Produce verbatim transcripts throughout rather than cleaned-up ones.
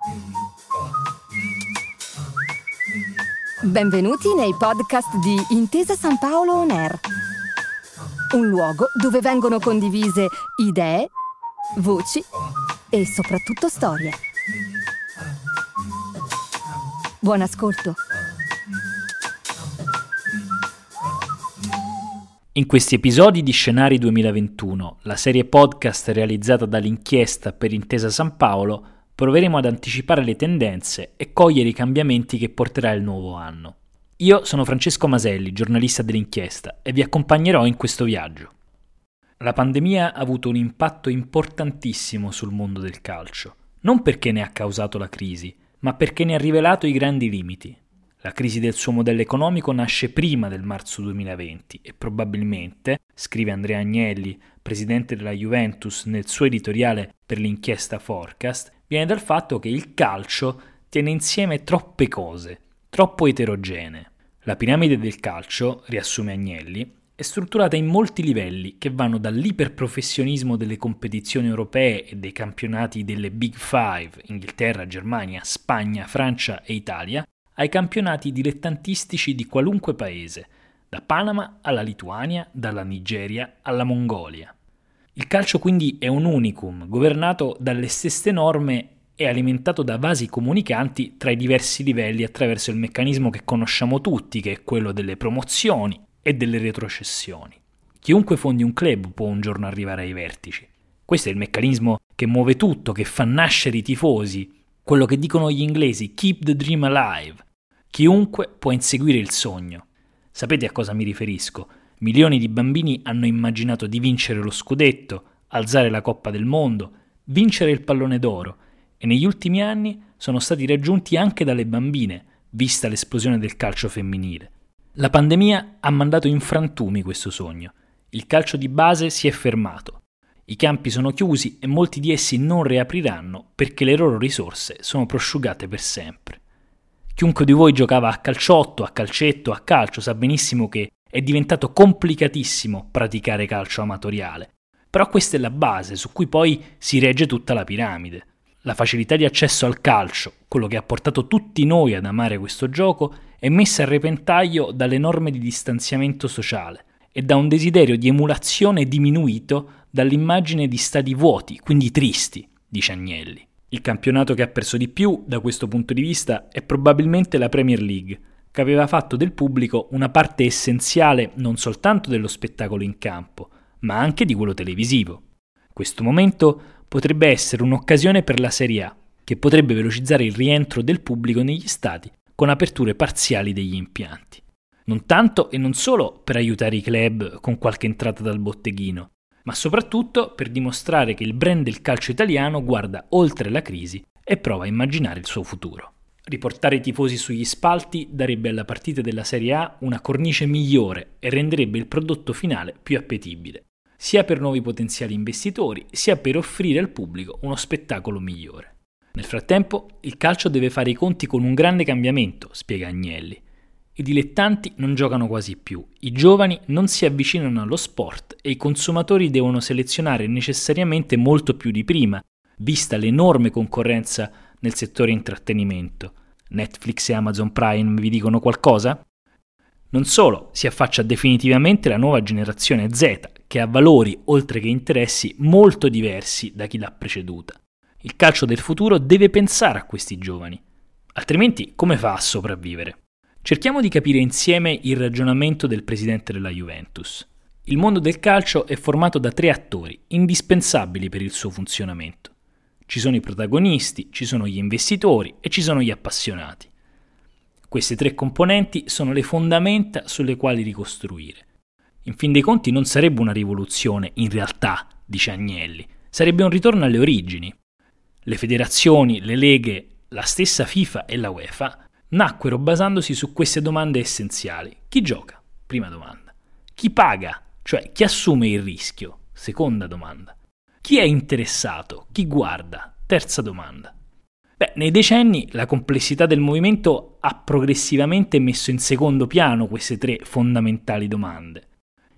Benvenuti nei podcast di Intesa San Paolo On Air, un luogo dove vengono condivise idee, voci e soprattutto storie. Buon ascolto. In questi episodi di Scenari duemilaventuno, la serie podcast realizzata dall'Inchiesta per Intesa San Paolo, proveremo ad anticipare le tendenze e cogliere i cambiamenti che porterà il nuovo anno. Io sono Francesco Maselli, giornalista dell'Inchiesta, e vi accompagnerò in questo viaggio. La pandemia ha avuto un impatto importantissimo sul mondo del calcio, non perché ne ha causato la crisi, ma perché ne ha rivelato i grandi limiti. La crisi del suo modello economico nasce prima del marzo duemilaventi e probabilmente, scrive Andrea Agnelli, presidente della Juventus nel suo editoriale per l'Inchiesta Forecast, viene dal fatto che il calcio tiene insieme troppe cose, troppo eterogenee. La piramide del calcio, riassume Agnelli, è strutturata in molti livelli che vanno dall'iperprofessionismo delle competizioni europee e dei campionati delle Big Five, Inghilterra, Germania, Spagna, Francia e Italia, ai campionati dilettantistici di qualunque paese, da Panama alla Lituania, dalla Nigeria alla Mongolia. Il calcio quindi è un unicum, governato dalle stesse norme e alimentato da vasi comunicanti tra i diversi livelli attraverso il meccanismo che conosciamo tutti, che è quello delle promozioni e delle retrocessioni. Chiunque fondi un club può un giorno arrivare ai vertici. Questo è il meccanismo che muove tutto, che fa nascere i tifosi, quello che dicono gli inglesi keep the dream alive. Chiunque può inseguire il sogno. Sapete a cosa mi riferisco? Milioni di bambini hanno immaginato di vincere lo scudetto, alzare la Coppa del Mondo, vincere il pallone d'oro e negli ultimi anni sono stati raggiunti anche dalle bambine, vista l'esplosione del calcio femminile. La pandemia ha mandato in frantumi questo sogno. Il calcio di base si è fermato. I campi sono chiusi e molti di essi non riapriranno perché le loro risorse sono prosciugate per sempre. Chiunque di voi giocava a calciotto, a calcetto, a calcio sa benissimo che è diventato complicatissimo praticare calcio amatoriale. Però questa è la base su cui poi si regge tutta la piramide. La facilità di accesso al calcio, quello che ha portato tutti noi ad amare questo gioco, è messa a repentaglio dalle norme di distanziamento sociale e da un desiderio di emulazione diminuito dall'immagine di stadi vuoti, quindi tristi, dice Agnelli. Il campionato che ha perso di più, da questo punto di vista, è probabilmente la Premier League, che aveva fatto del pubblico una parte essenziale non soltanto dello spettacolo in campo, ma anche di quello televisivo. Questo momento potrebbe essere un'occasione per la Serie A, che potrebbe velocizzare il rientro del pubblico negli stadi con aperture parziali degli impianti. Non tanto e non solo per aiutare i club con qualche entrata dal botteghino, ma soprattutto per dimostrare che il brand del calcio italiano guarda oltre la crisi e prova a immaginare il suo futuro. Riportare i tifosi sugli spalti darebbe alla partita della Serie A una cornice migliore e renderebbe il prodotto finale più appetibile, sia per nuovi potenziali investitori, sia per offrire al pubblico uno spettacolo migliore. Nel frattempo, il calcio deve fare i conti con un grande cambiamento, spiega Agnelli. I dilettanti non giocano quasi più, i giovani non si avvicinano allo sport e i consumatori devono selezionare necessariamente molto più di prima, vista l'enorme concorrenza nel settore intrattenimento. Netflix e Amazon Prime vi dicono qualcosa? Non solo, si affaccia definitivamente la nuova generazione Z, che ha valori, oltre che interessi, molto diversi da chi l'ha preceduta. Il calcio del futuro deve pensare a questi giovani, altrimenti come fa a sopravvivere? Cerchiamo di capire insieme il ragionamento del presidente della Juventus. Il mondo del calcio è formato da tre attori, indispensabili per il suo funzionamento. Ci sono i protagonisti, ci sono gli investitori e ci sono gli appassionati. Queste tre componenti sono le fondamenta sulle quali ricostruire. In fin dei conti non sarebbe una rivoluzione, in realtà, dice Agnelli, sarebbe un ritorno alle origini. Le federazioni, le leghe, la stessa FIFA e la UEFA nacquero basandosi su queste domande essenziali. Chi gioca? Prima domanda. Chi paga? Cioè chi assume il rischio? Seconda domanda. Chi è interessato? Chi guarda? Terza domanda. Beh, nei decenni la complessità del movimento ha progressivamente messo in secondo piano queste tre fondamentali domande.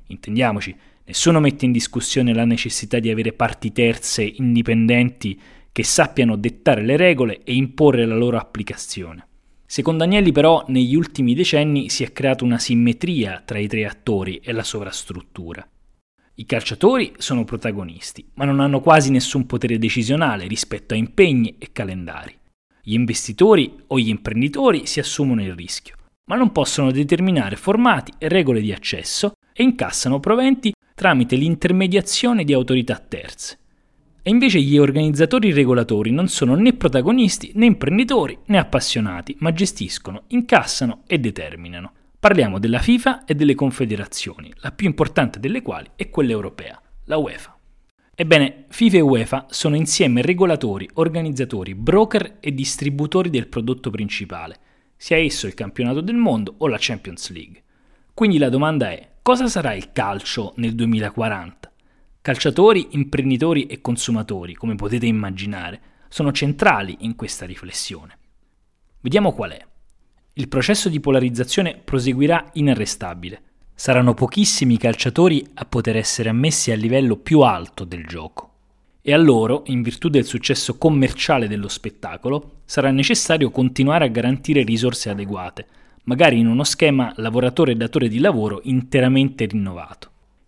Intendiamoci, nessuno mette in discussione la necessità di avere parti terze indipendenti che sappiano dettare le regole e imporre la loro applicazione. Secondo Agnelli però negli ultimi decenni si è creata una simmetria tra i tre attori e la sovrastruttura. I calciatori sono protagonisti, ma non hanno quasi nessun potere decisionale rispetto a impegni e calendari. Gli investitori o gli imprenditori si assumono il rischio, ma non possono determinare formati e regole di accesso e incassano proventi tramite l'intermediazione di autorità terze. E invece gli organizzatori regolatori non sono né protagonisti né imprenditori né appassionati, ma gestiscono, incassano e determinano. Parliamo della FIFA e delle confederazioni, la più importante delle quali è quella europea, la UEFA. Ebbene, FIFA e UEFA sono insieme regolatori, organizzatori, broker e distributori del prodotto principale, sia esso il campionato del mondo o la Champions League. Quindi la domanda è: cosa sarà il calcio nel duemilaquaranta? Calciatori, imprenditori e consumatori, come potete immaginare, sono centrali in questa riflessione. Vediamo qual è. Il processo di polarizzazione proseguirà inarrestabile. Saranno pochissimi i calciatori a poter essere ammessi al livello più alto del gioco. E a loro, in virtù del successo commerciale dello spettacolo, sarà necessario continuare a garantire risorse adeguate, magari in uno schema lavoratore e datore di lavoro interamente rinnovato.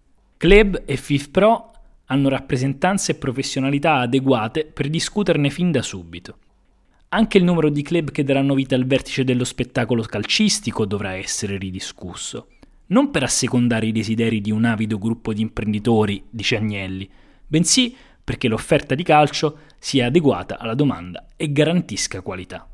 Club e FIFPro hanno rappresentanze e professionalità adeguate per discuterne fin da subito. Anche il numero di club che daranno vita al vertice dello spettacolo calcistico dovrà essere ridiscusso, non per assecondare i desideri di un avido gruppo di imprenditori, dice Agnelli, bensì perché l'offerta di calcio sia adeguata alla domanda e garantisca qualità.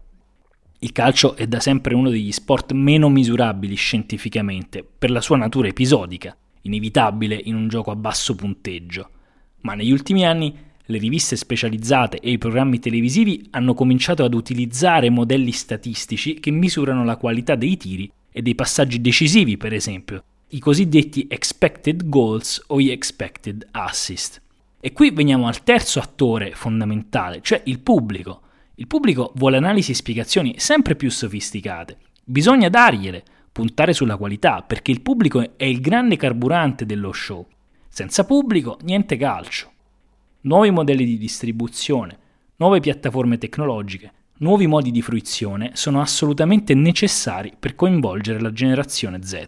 Il calcio è da sempre uno degli sport meno misurabili scientificamente per la sua natura episodica, inevitabile in un gioco a basso punteggio, ma negli ultimi anni le riviste specializzate e i programmi televisivi hanno cominciato ad utilizzare modelli statistici che misurano la qualità dei tiri e dei passaggi decisivi, per esempio, i cosiddetti expected goals o gli expected assist. E qui veniamo al terzo attore fondamentale, cioè il pubblico. Il pubblico vuole analisi e spiegazioni sempre più sofisticate. Bisogna dargliele, puntare sulla qualità, perché il pubblico è il grande carburante dello show. Senza pubblico, niente calcio. Nuovi modelli di distribuzione, nuove piattaforme tecnologiche, nuovi modi di fruizione sono assolutamente necessari per coinvolgere la generazione Z.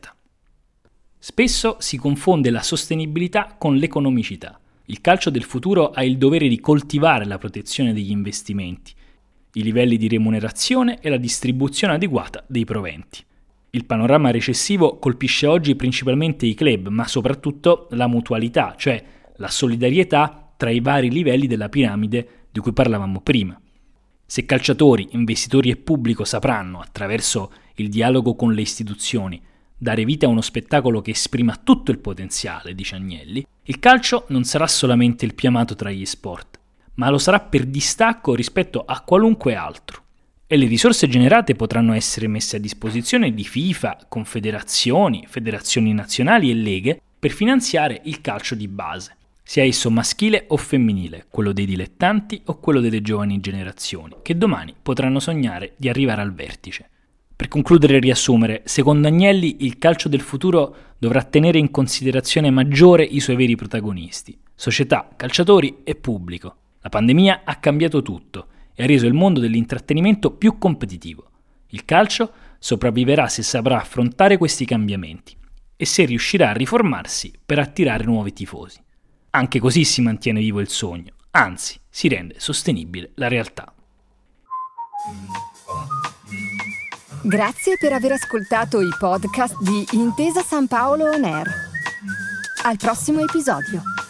Spesso si confonde la sostenibilità con l'economicità. Il calcio del futuro ha il dovere di coltivare la protezione degli investimenti, i livelli di remunerazione e la distribuzione adeguata dei proventi. Il panorama recessivo colpisce oggi principalmente i club, ma soprattutto la mutualità, cioè la solidarietà tra i vari livelli della piramide di cui parlavamo prima. Se calciatori, investitori e pubblico sapranno, attraverso il dialogo con le istituzioni, dare vita a uno spettacolo che esprima tutto il potenziale, dice Agnelli, il calcio non sarà solamente il più amato tra gli sport, ma lo sarà per distacco rispetto a qualunque altro. E le risorse generate potranno essere messe a disposizione di FIFA, confederazioni, federazioni nazionali e leghe per finanziare il calcio di base, sia esso maschile o femminile, quello dei dilettanti o quello delle giovani generazioni, che domani potranno sognare di arrivare al vertice. Per concludere e riassumere, secondo Agnelli il calcio del futuro dovrà tenere in considerazione maggiore i suoi veri protagonisti, società, calciatori e pubblico. La pandemia ha cambiato tutto e ha reso il mondo dell'intrattenimento più competitivo. Il calcio sopravviverà se saprà affrontare questi cambiamenti e se riuscirà a riformarsi per attirare nuovi tifosi. Anche così si mantiene vivo il sogno, anzi si rende sostenibile la realtà. Grazie per aver ascoltato i podcast di Intesa San Paolo On Air. Al prossimo episodio.